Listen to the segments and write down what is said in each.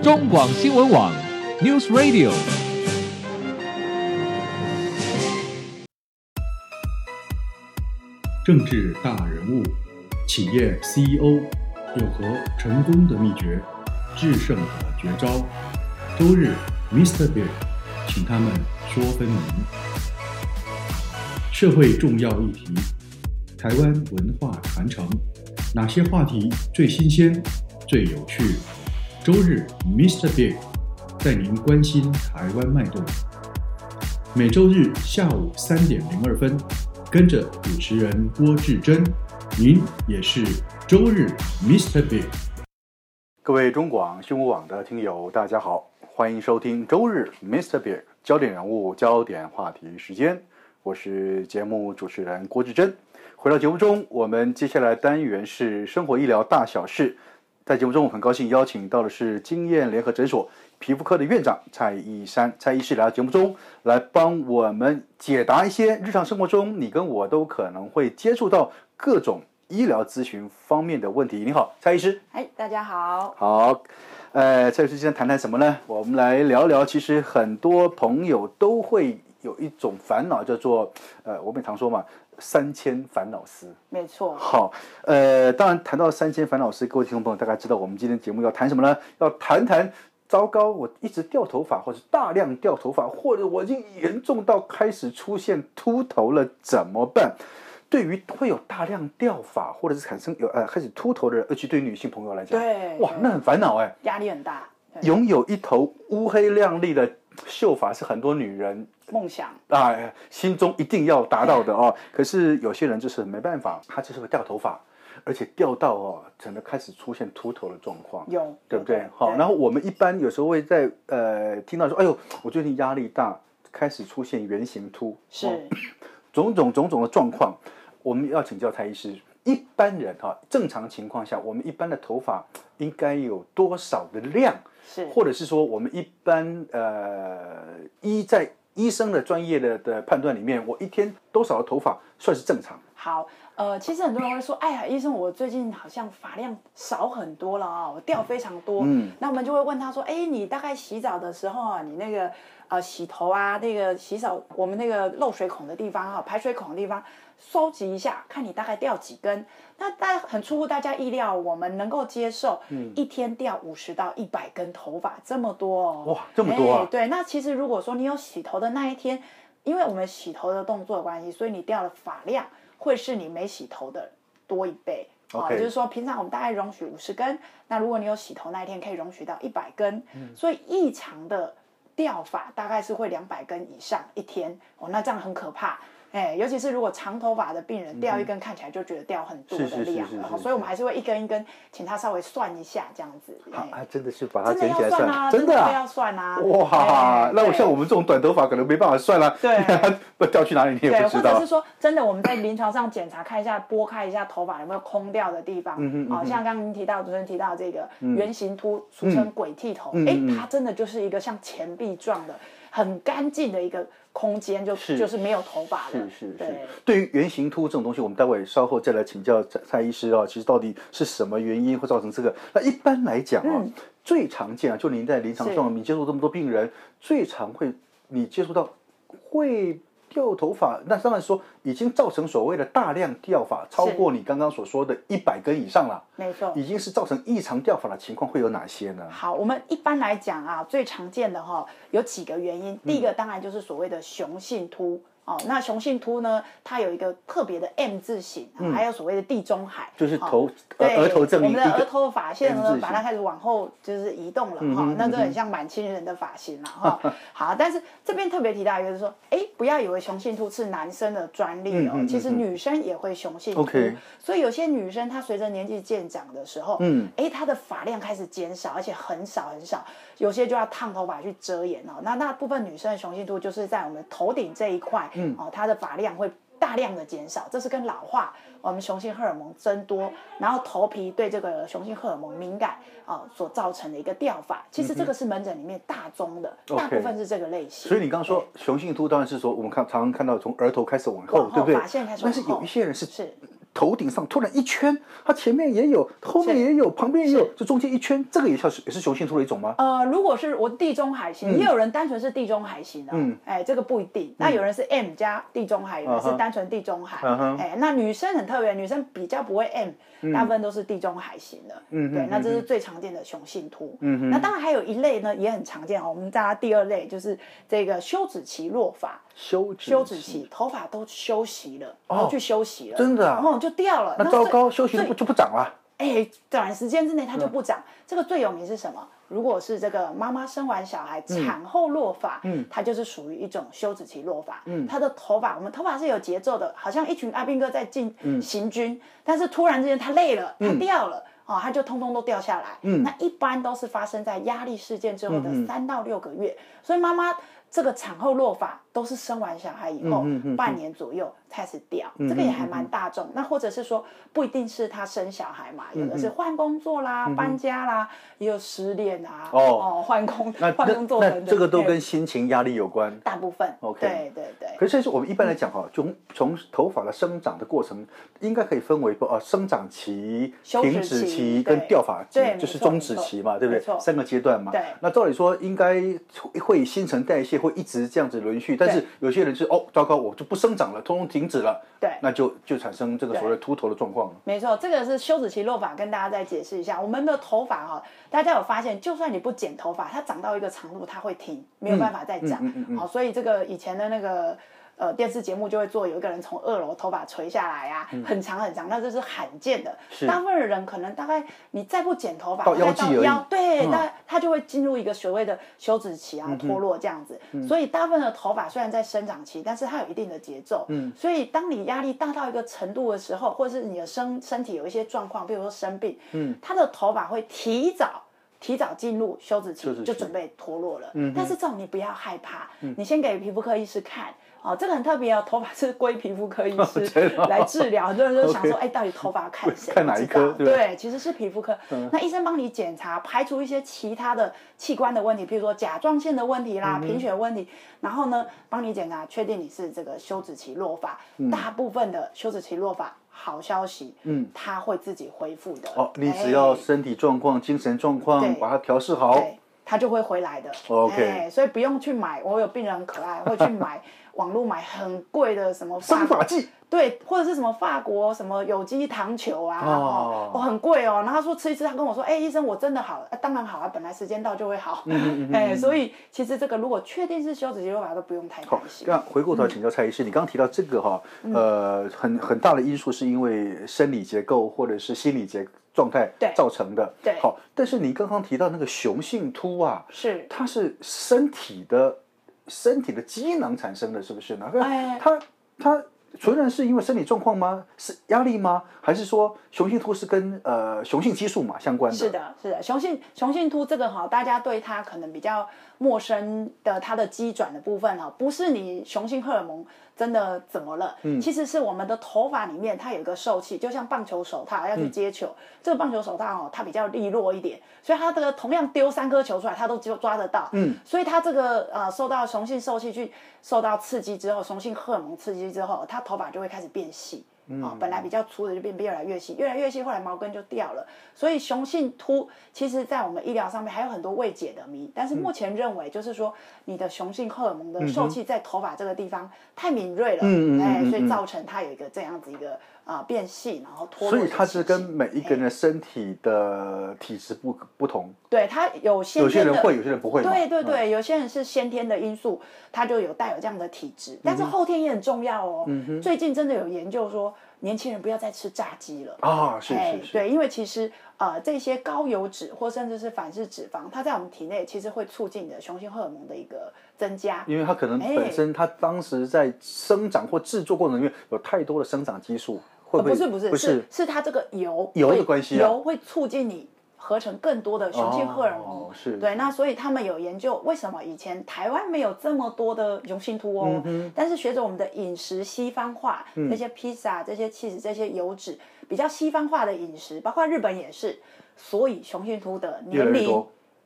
中广新闻网 News Radio。 政治大人物、企业 CEO 有何成功的秘诀、制胜的绝招？周日 Mr. Big 请他们说分明。社会重要议题，台湾文化传承，哪些话题最新鲜、最有趣？周日 Mr. Big 带您关心台湾脉动。每周日下午3点02分，跟着主持人郭志珍，您也是周日 Mr. Big。 各位中广新闻网的听友，大家好，欢迎收听周日 Mr. Big 焦点人物、焦点话题时间，我是节目主持人郭志珍。回到节目中，我们接下来单元是生活医疗大小事。在节目中，我很高兴邀请到的是经验联合诊所皮肤科的院长蔡逸姗蔡医师来到节目中来帮我们解答一些日常生活中你跟我都可能会接触到各种医疗咨询方面的问题。你好，蔡医师。 大家好。 好，蔡医师今天谈谈什么呢？我们来聊聊，其实很多朋友都会有一种烦恼，叫做我们常说嘛，3000烦恼丝。 没错。 好，当然谈到3000烦恼丝，各位听众朋友大概知道我们今天节目要谈什么呢？要谈谈糟糕，我一直掉头发，或者大量掉头发，或者我已经严重到开始出现秃头了，怎么办？对于会有大量掉发或者是产生开始秃头的人，尤其对于女性朋友来讲， 对， 哇，那很烦恼压力很大。 拥有一头乌黑亮丽的秀发是很多女人梦想心中一定要达到的哦。可是有些人就是没办法，他就是会掉头发，而且掉到整个开始出现秃头的状况， 有， 对不对？好，然后我们一般有时候会在听到说，哎呦，我最近压力大，开始出现圆形秃， 是种种的状况，我们要请教蔡医师。一般人正常情况下，我们一般的头发应该有多少的量？ 是，或者是说，我们一般在医生的专业的判断里面，我一天多少的头发算是正常？ 好，其实很多人会说，哎呀，医生，我最近好像发量少很多了我掉非常多。那我们就会问他说，哎，你大概洗澡的时候你那个洗头啊，那个洗澡我们那个漏水孔的地方排水孔的地方收集一下，看你大概掉几根。那大家很出乎大家意料，我们能够接受一天掉50到100根头发，这么多哇，这么多对，那其实如果说你有洗头的那一天，因为我们洗头的动作的关系，所以你掉的发量会是你没洗头的多1倍。就是说平常我们大概容许50根，那如果你有洗头那一天可以容许到100根，所以异常的掉发大概是会200根以上一天那这样很可怕。尤其是如果长头发的病人掉一根看起来就觉得掉很多的量所以我们还是会一根一根请他稍微算一下这样子。 真的是把它捡起来算， 真的要算啊！ 哇，那我像我们这种短头发可能没办法算啦。 对， 不掉去哪里你也不知道。 或者是说真的我们在临床上检查看一下，拨开一下头发有没有空掉的地方。像刚刚您提到主持人提到这个圆形秃，俗称鬼剃头，它真的就是一个像钱币状的很干净的一个空间，就是没有头发了。 是。对于圆形秃这种东西，我们待会稍后再来请教蔡医师其实到底是什么原因会造成这个？那一般来讲最常见就您在临床上你接触这么多病人，最常会你接触到会掉头发，那当然说已经造成所谓的大量掉发，超过你刚刚所说的100根以上了。 没错， 已经是造成异常掉发的情况会有哪些呢？ 好，我们一般来讲最常见的有几个原因。第一个当然就是所谓的雄性秃。那雄性秃呢，它有一个特别的 M 字形，还有所谓的地中海， 就是额头正， 我们的额头发线呢，把它开始往后就是移动了那这很像满清人的发型了好，但是这边特别提到一个，就是说，不要以为雄性秃是男生的专利其实女生也会雄性秃。所以有些女生她随着年纪渐长的时候，她的发量开始减少，而且很少很少，有些就要烫头发去遮掩那部分女生的雄性秃就是在我们头顶这一块。它的发量会大量的减少，这是跟老化我们雄性荷尔蒙增多，然后头皮对这个雄性荷尔蒙敏感所造成的一个掉发。其实这个是门诊里面大宗的，大部分是这个类型。 所以你刚刚说雄性秃当然是说我们常常看到从额头开始往后，对不对？ 发线开始往后。 但是有一些人是头顶上突然一圈，它前面也有，后面也有，旁边也有，就中间一圈，这个也是雄性秃的一种吗？ 如果是我地中海型，也有人单纯是地中海型的，这个不一定。那有人是 M 加地中海，有人是单纯地中海，那女生很特别，女生比较不会 M，大部分都是地中海型的，对，那这是最常见的雄性秃。那当然还有一类呢，也很常见我们大家第二类就是这个休止期落发。休止期，头发都休息了，都去休息了， 真的啊， 然后就掉了。 那糟糕，休息就不长了。 短时间之内它就不长。这个最有名是什么？如果是这个妈妈生完小孩产后落发，它就是属于一种休止期落发。它的头发，我们头发是有节奏的，好像一群阿兵哥在行军，但是突然之间它累了，它掉了。它就通通都掉下来。那一般都是发生在压力事件之后的3到6个月，所以妈妈这个产后落发都是生完小孩以后半年左右开始掉，这个也还蛮大众。那或者是说不一定是他生小孩嘛，有的是换工作啦、搬家啦，也有失恋啊，换工作等等。 那这个都跟心情压力有关， 大部分。 OK， 对。 可是我们一般来讲从头发的生长的过程，应该可以分为生长期、停止期跟掉发期，就是终止期嘛，对不对？3个阶段嘛。 对。 那照理说应该会新陈代谢。会一直这样子轮续，但是有些人是糟糕，我就不生长了，通通停止了， 对， 那就产生这个所谓秃头的状况了。 没错，这个是休止期落发，跟大家再解释一下。我们的头发大家有发现，就算你不剪头发，它长到一个长度，它会停，没有办法再长。所以这个以前的那个。电视节目就会做，有一个人从2楼头发垂下来啊，很长很长，那这是罕见的。大部分的人可能大概你再不剪头发， 到腰际而已， 对，那他就会进入一个所谓的休止期啊，脱落这样子。所以大部分的头发虽然在生长期，但是它有一定的节奏。所以当你压力大到一个程度的时候，或者是你的身体有一些状况，比如说生病，他的头发会提早进入休止期，就准备脱落了。但是这种你不要害怕，你先给皮肤科医师看。这个很特别头发是归皮肤科医师来治疗。很多人就想说，到底头发看谁？ 看哪一科？ 对，其实是皮肤科。那医生帮你检查，排除一些其他的器官的问题，比如说甲状腺的问题啦、贫血问题，然后呢，帮你检查，确定你是这个休止期落发。大部分的休止期落发，好消息，它会自己恢复的。 你只要身体状况、精神状况把它调试好， 它就会回来的。 OK， 所以不用去买。我有病人很可爱，会去买。网络买很贵的什么生发剂， 对，或者是什么法国什么有机糖球啊，很贵哦。然后他说吃一吃，他跟我说，医生我真的好了，当然好啊，本来时间到就会好。所以其实这个如果确定是休止期落发，都不用太担心。 那回过头请教蔡医师，你刚刚提到这个很大的因素是因为生理结构或者是心理状态造成的。 对， 好，但是你刚刚提到那个雄性秃啊，它是身体的机能产生的，是不是呢？它纯然是因为生理状况吗？是压力吗？还是说雄性秃是跟雄性激素嘛相关的？ 是的，雄性秃这个大家对它可能比较陌生的，它的机转的部分不是你雄性荷尔蒙真的怎么了，其实是我们的头发里面它有一个受器，就像棒球手套要去接球，这个棒球手套它比较利落一点，所以它这个同样丢3颗球出来，它都抓得到，所以它这个受到雄性受器去受到刺激之后，雄性荷尔蒙刺激之后，它头发就会开始变细。本来比较粗的就变越来越细，越来越细，后来毛根就掉了。所以雄性秃其实在我们医疗上面还有很多未解的谜，但是目前认为就是说你的雄性荷尔蒙的受器在头发这个地方太敏锐了，所以造成它有一个这样子一个变细，然后脱落。 所以它是跟每一个人的身体的体质不同。 对，它有些人会，有些人不会。 对，有些人是先天的因素，它就带有这样的体质，但是后天也很重要哦。最近真的有研究说，年轻人不要再吃炸鸡了啊！是， 对，因为其实这些高油脂或甚至是反式脂肪，它在我们体内其实会促进你的雄性荷尔蒙的一个增加， 因为它可能本身它当时在生长或制作过程里面有太多的生长激素，会不会？ 不是它这个油的关系， 油会促进你合成更多的雄性荷尔蒙，对，那所以他们有研究为什么以前台湾没有这么多的雄性秃哦，但是随着我们的饮食西方化，这些披萨、这些起司、这些油脂比较西方化的饮食，包括日本也是，所以雄性秃的年龄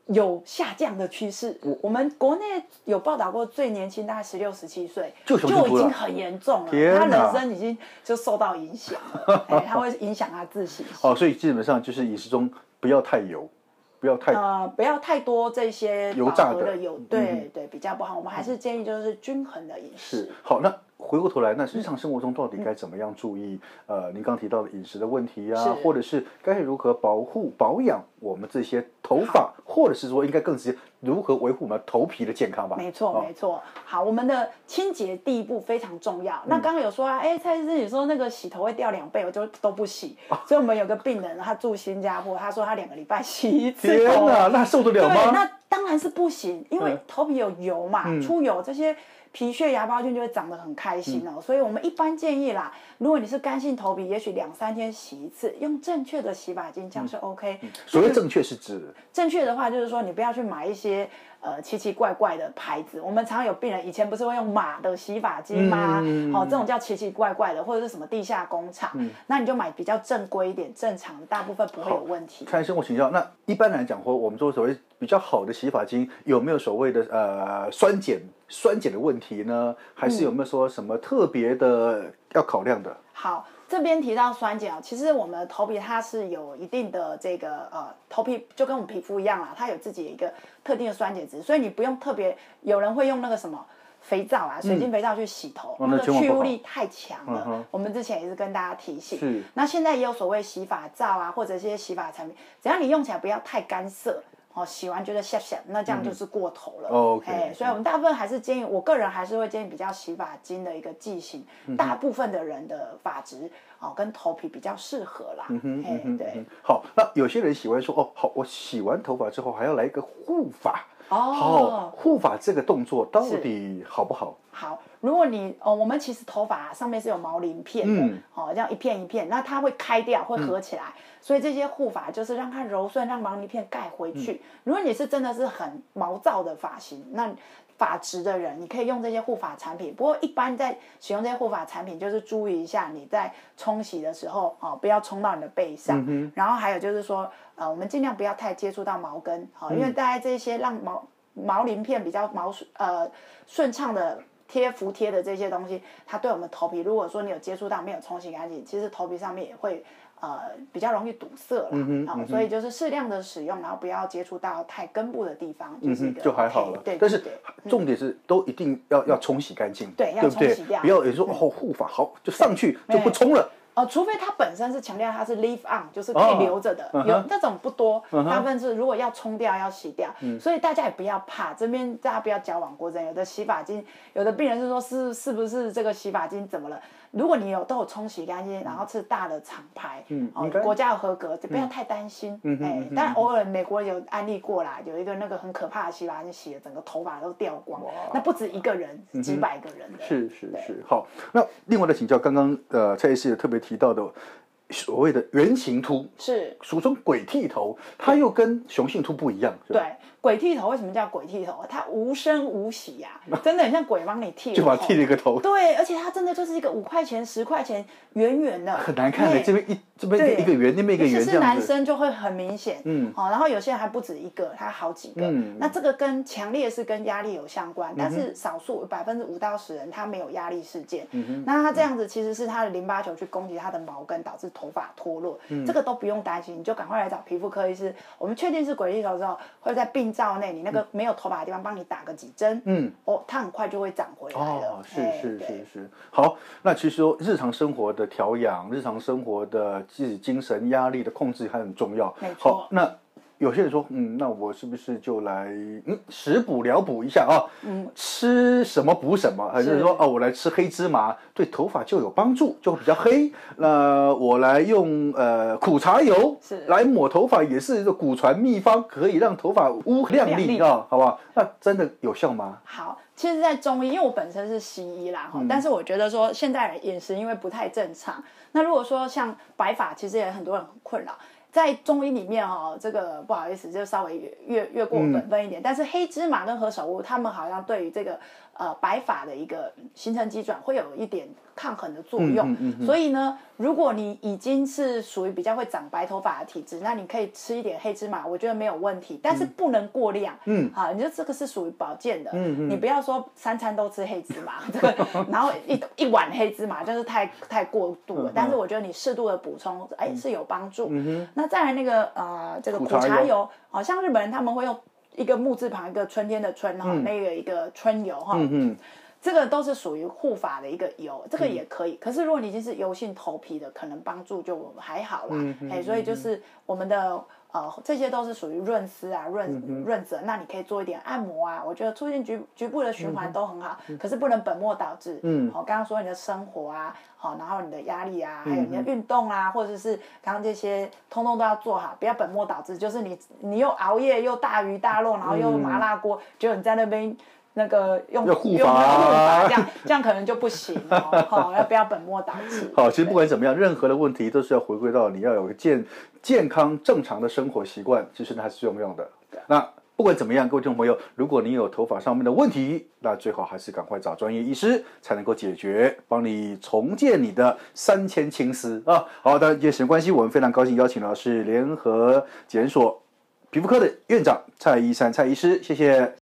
有下降的趋势。我们国内有报道过，最年轻大概16、17岁就已经很严重了，他人生已经就受到影响了，他会影响他自信心。 所以基本上就是饮食中不要太油。不要太多这些油炸的油，对，比较不好。我们还是建议就是均衡的饮食。 是好，那回过头来，那日常生活中到底该怎么样注意？您刚提到的饮食的问题啊，或者是该如何保养我们这些头发，或者是说应该更直接如何维护我们头皮的健康吧？ 没错。好，我们的清洁第一步非常重要。那刚刚有说啊，蔡医师你说那个洗头会掉2倍，我就都不洗。所以我们有个病人，他住新加坡，他说他2个礼拜洗一次头。 天哪，那受得了吗？ 对，那当然是不行，因为头皮有油嘛，出油这些皮屑、芽孢菌就会长得很开心哦。所以我们一般建议啦，如果你是干性头皮，也许2、3天洗一次，用正确的洗发精，这样是 OK。 所谓正确是指正确的话，就是说你不要去买一些奇奇怪怪的牌子。我们常有病人以前不是会用马的洗发精吗？这种叫奇奇怪怪的，或者是什么地下工厂，那你就买比较正规一点、正常的，大部分不会有问题。 蔡医生，我请教，那一般来讲，我们说所谓比较好的洗发精，有没有所谓的酸碱的问题呢？还是有没有说什么特别的要考量的？ 好，这边提到酸碱，其实我们的头皮它是有一定的这个头皮就跟我们皮肤一样啦，它有自己的一个特定的酸碱值，所以你不用特别，有人会用那个什么肥皂啊，水晶肥皂去洗头，那个去污力太强了。我们之前也是跟大家提醒，那现在也有所谓洗发皂啊，或者一些洗发产品，只要你用起来不要太干涩。洗完觉得下，那这样就是过头了。所以我们大部分还是建议，我个人还是会建议比较洗发精的一个剂型，大部分的人的发质跟头皮比较适合啦。对。 好，那有些人喜欢说好，我洗完头发之后还要来一个护发。护发这个动作到底好不好？ 好，如果你我们其实头发上面是有毛鳞片的，这样一片一片，那它会开掉，会合起来，所以这些护发就是让它柔顺，让毛鳞片盖回去。如果你是真的是很毛躁的发型，那发质的人，你可以用这些护发产品。不过一般在使用这些护发产品，就是注意一下你在冲洗的时候不要冲到你的背上。然后还有就是说，我们尽量不要太接触到毛根，因为大概这些让毛鳞片比较顺畅的服帖的这些东西，它对我们头皮，如果说你有接触到没有冲洗干净，其实头皮上面也会比较容易堵塞了。所以就是适量的使用，然后不要接触到太根部的地方，就是一个就还好了。但是重点是都一定要冲洗干净， 对，要冲洗掉， 不要有人说护发好就上去就不冲了。 除非它本身是强调它是 leave on， 就是可以留着的，有那种不多，大部分是如果要冲掉要洗掉，所以大家也不要怕，这边大家不要矫枉过正。有的洗发精，有的病人是说是不是这个洗发精怎么了？如果你都有冲洗干净，然后是大的厂牌，国家有合格，就不要太担心。但偶尔美国有案例过啦，有一个那个很可怕的洗发精洗了整个头发都掉光，那不止一个人，几百个人的。 是。好，那另外的请教，刚刚蔡医师也特别提到的所谓的圆形秃，是俗称鬼剃头，它又跟雄性秃不一样。 对，鬼剃头为什么叫鬼剃头？它无声无息呀，真的很像鬼帮你剃， 就把它剃了一个头。 对，而且它真的就是一个5块钱、10块钱，圆圆的， 很难看的。这边一个圆，那边一个圆，这样子。 其实男生就会很明显，然后有些人还不止一个，他好几个。那这个跟强烈是跟压力有相关，但是少数5%到10%人他没有压力事件。那他这样子其实是他的淋巴球去攻击他的毛根，导致头发脱落。这个都不用担心，你就赶快来找皮肤科医师。我们确定是鬼剃头之后，会在病灶内你那个没有头发的地方帮你打个几针，它很快就会长回来了。 是。好，那其实说日常生活的调养，日常生活的自己精神压力的控制还很重要。 没错。 好，那有些人说，那我是不是就来食补疗补一下啊？吃什么补什么，还是说我来吃黑芝麻对头发就有帮助，就会比较黑？那我来用苦茶油来抹头发，也是一个古传秘方，可以让头发乌亮丽啊，好不好？那真的有效吗？ 好。其实，在中医，因为我本身是西医啦，但是我觉得说现代人饮食因为不太正常，那如果说像白发，其实也很多人很困扰。在中医里面这个不好意思，就稍微越过本分一点。但是黑芝麻跟何首乌，他们好像对于这个白发的一个形成机转会有一点抗衡的作用。所以呢，如果你已经是属于比较会长白头发的体质，那你可以吃一点黑芝麻，我觉得没有问题，但是不能过量。好，你就这个是属于保健的。你不要说3餐都吃黑芝麻，这个然后一碗黑芝麻就是太过度了。但是我觉得你适度的补充，是有帮助。那再来那个这个苦茶油，好像日本人他们会用一个木字旁一个春天的春那个一个春油这个都是属于护发的一个油，这个也可以。可是如果你已经是油性头皮的，可能帮助就还好啦。所以就是我们的这些都是属于润湿啊、润泽，那你可以做一点按摩啊，我觉得促进局部的循环都很好。可是不能本末倒置。刚刚说你的生活啊，然后你的压力啊，还有你的运动啊，或者是刚刚这些通通都要做好，不要本末倒置。就是你又熬夜又大鱼大肉，然后又麻辣锅，结果你在那边那个用护发这样可能就不行要不要本末倒置？ 好，其实不管怎么样，任何的问题都是要回归到你要有个健康正常的生活习惯，其实还是重要的。那不管怎么样，各位听众朋友，如果你有头发上面的问题，那最好还是赶快找专业医师才能够解决，帮你重建你的3000青丝啊！好的，因为时间关系，我们非常高兴邀请到是联合检所皮肤科的院长蔡一山蔡医师，谢谢。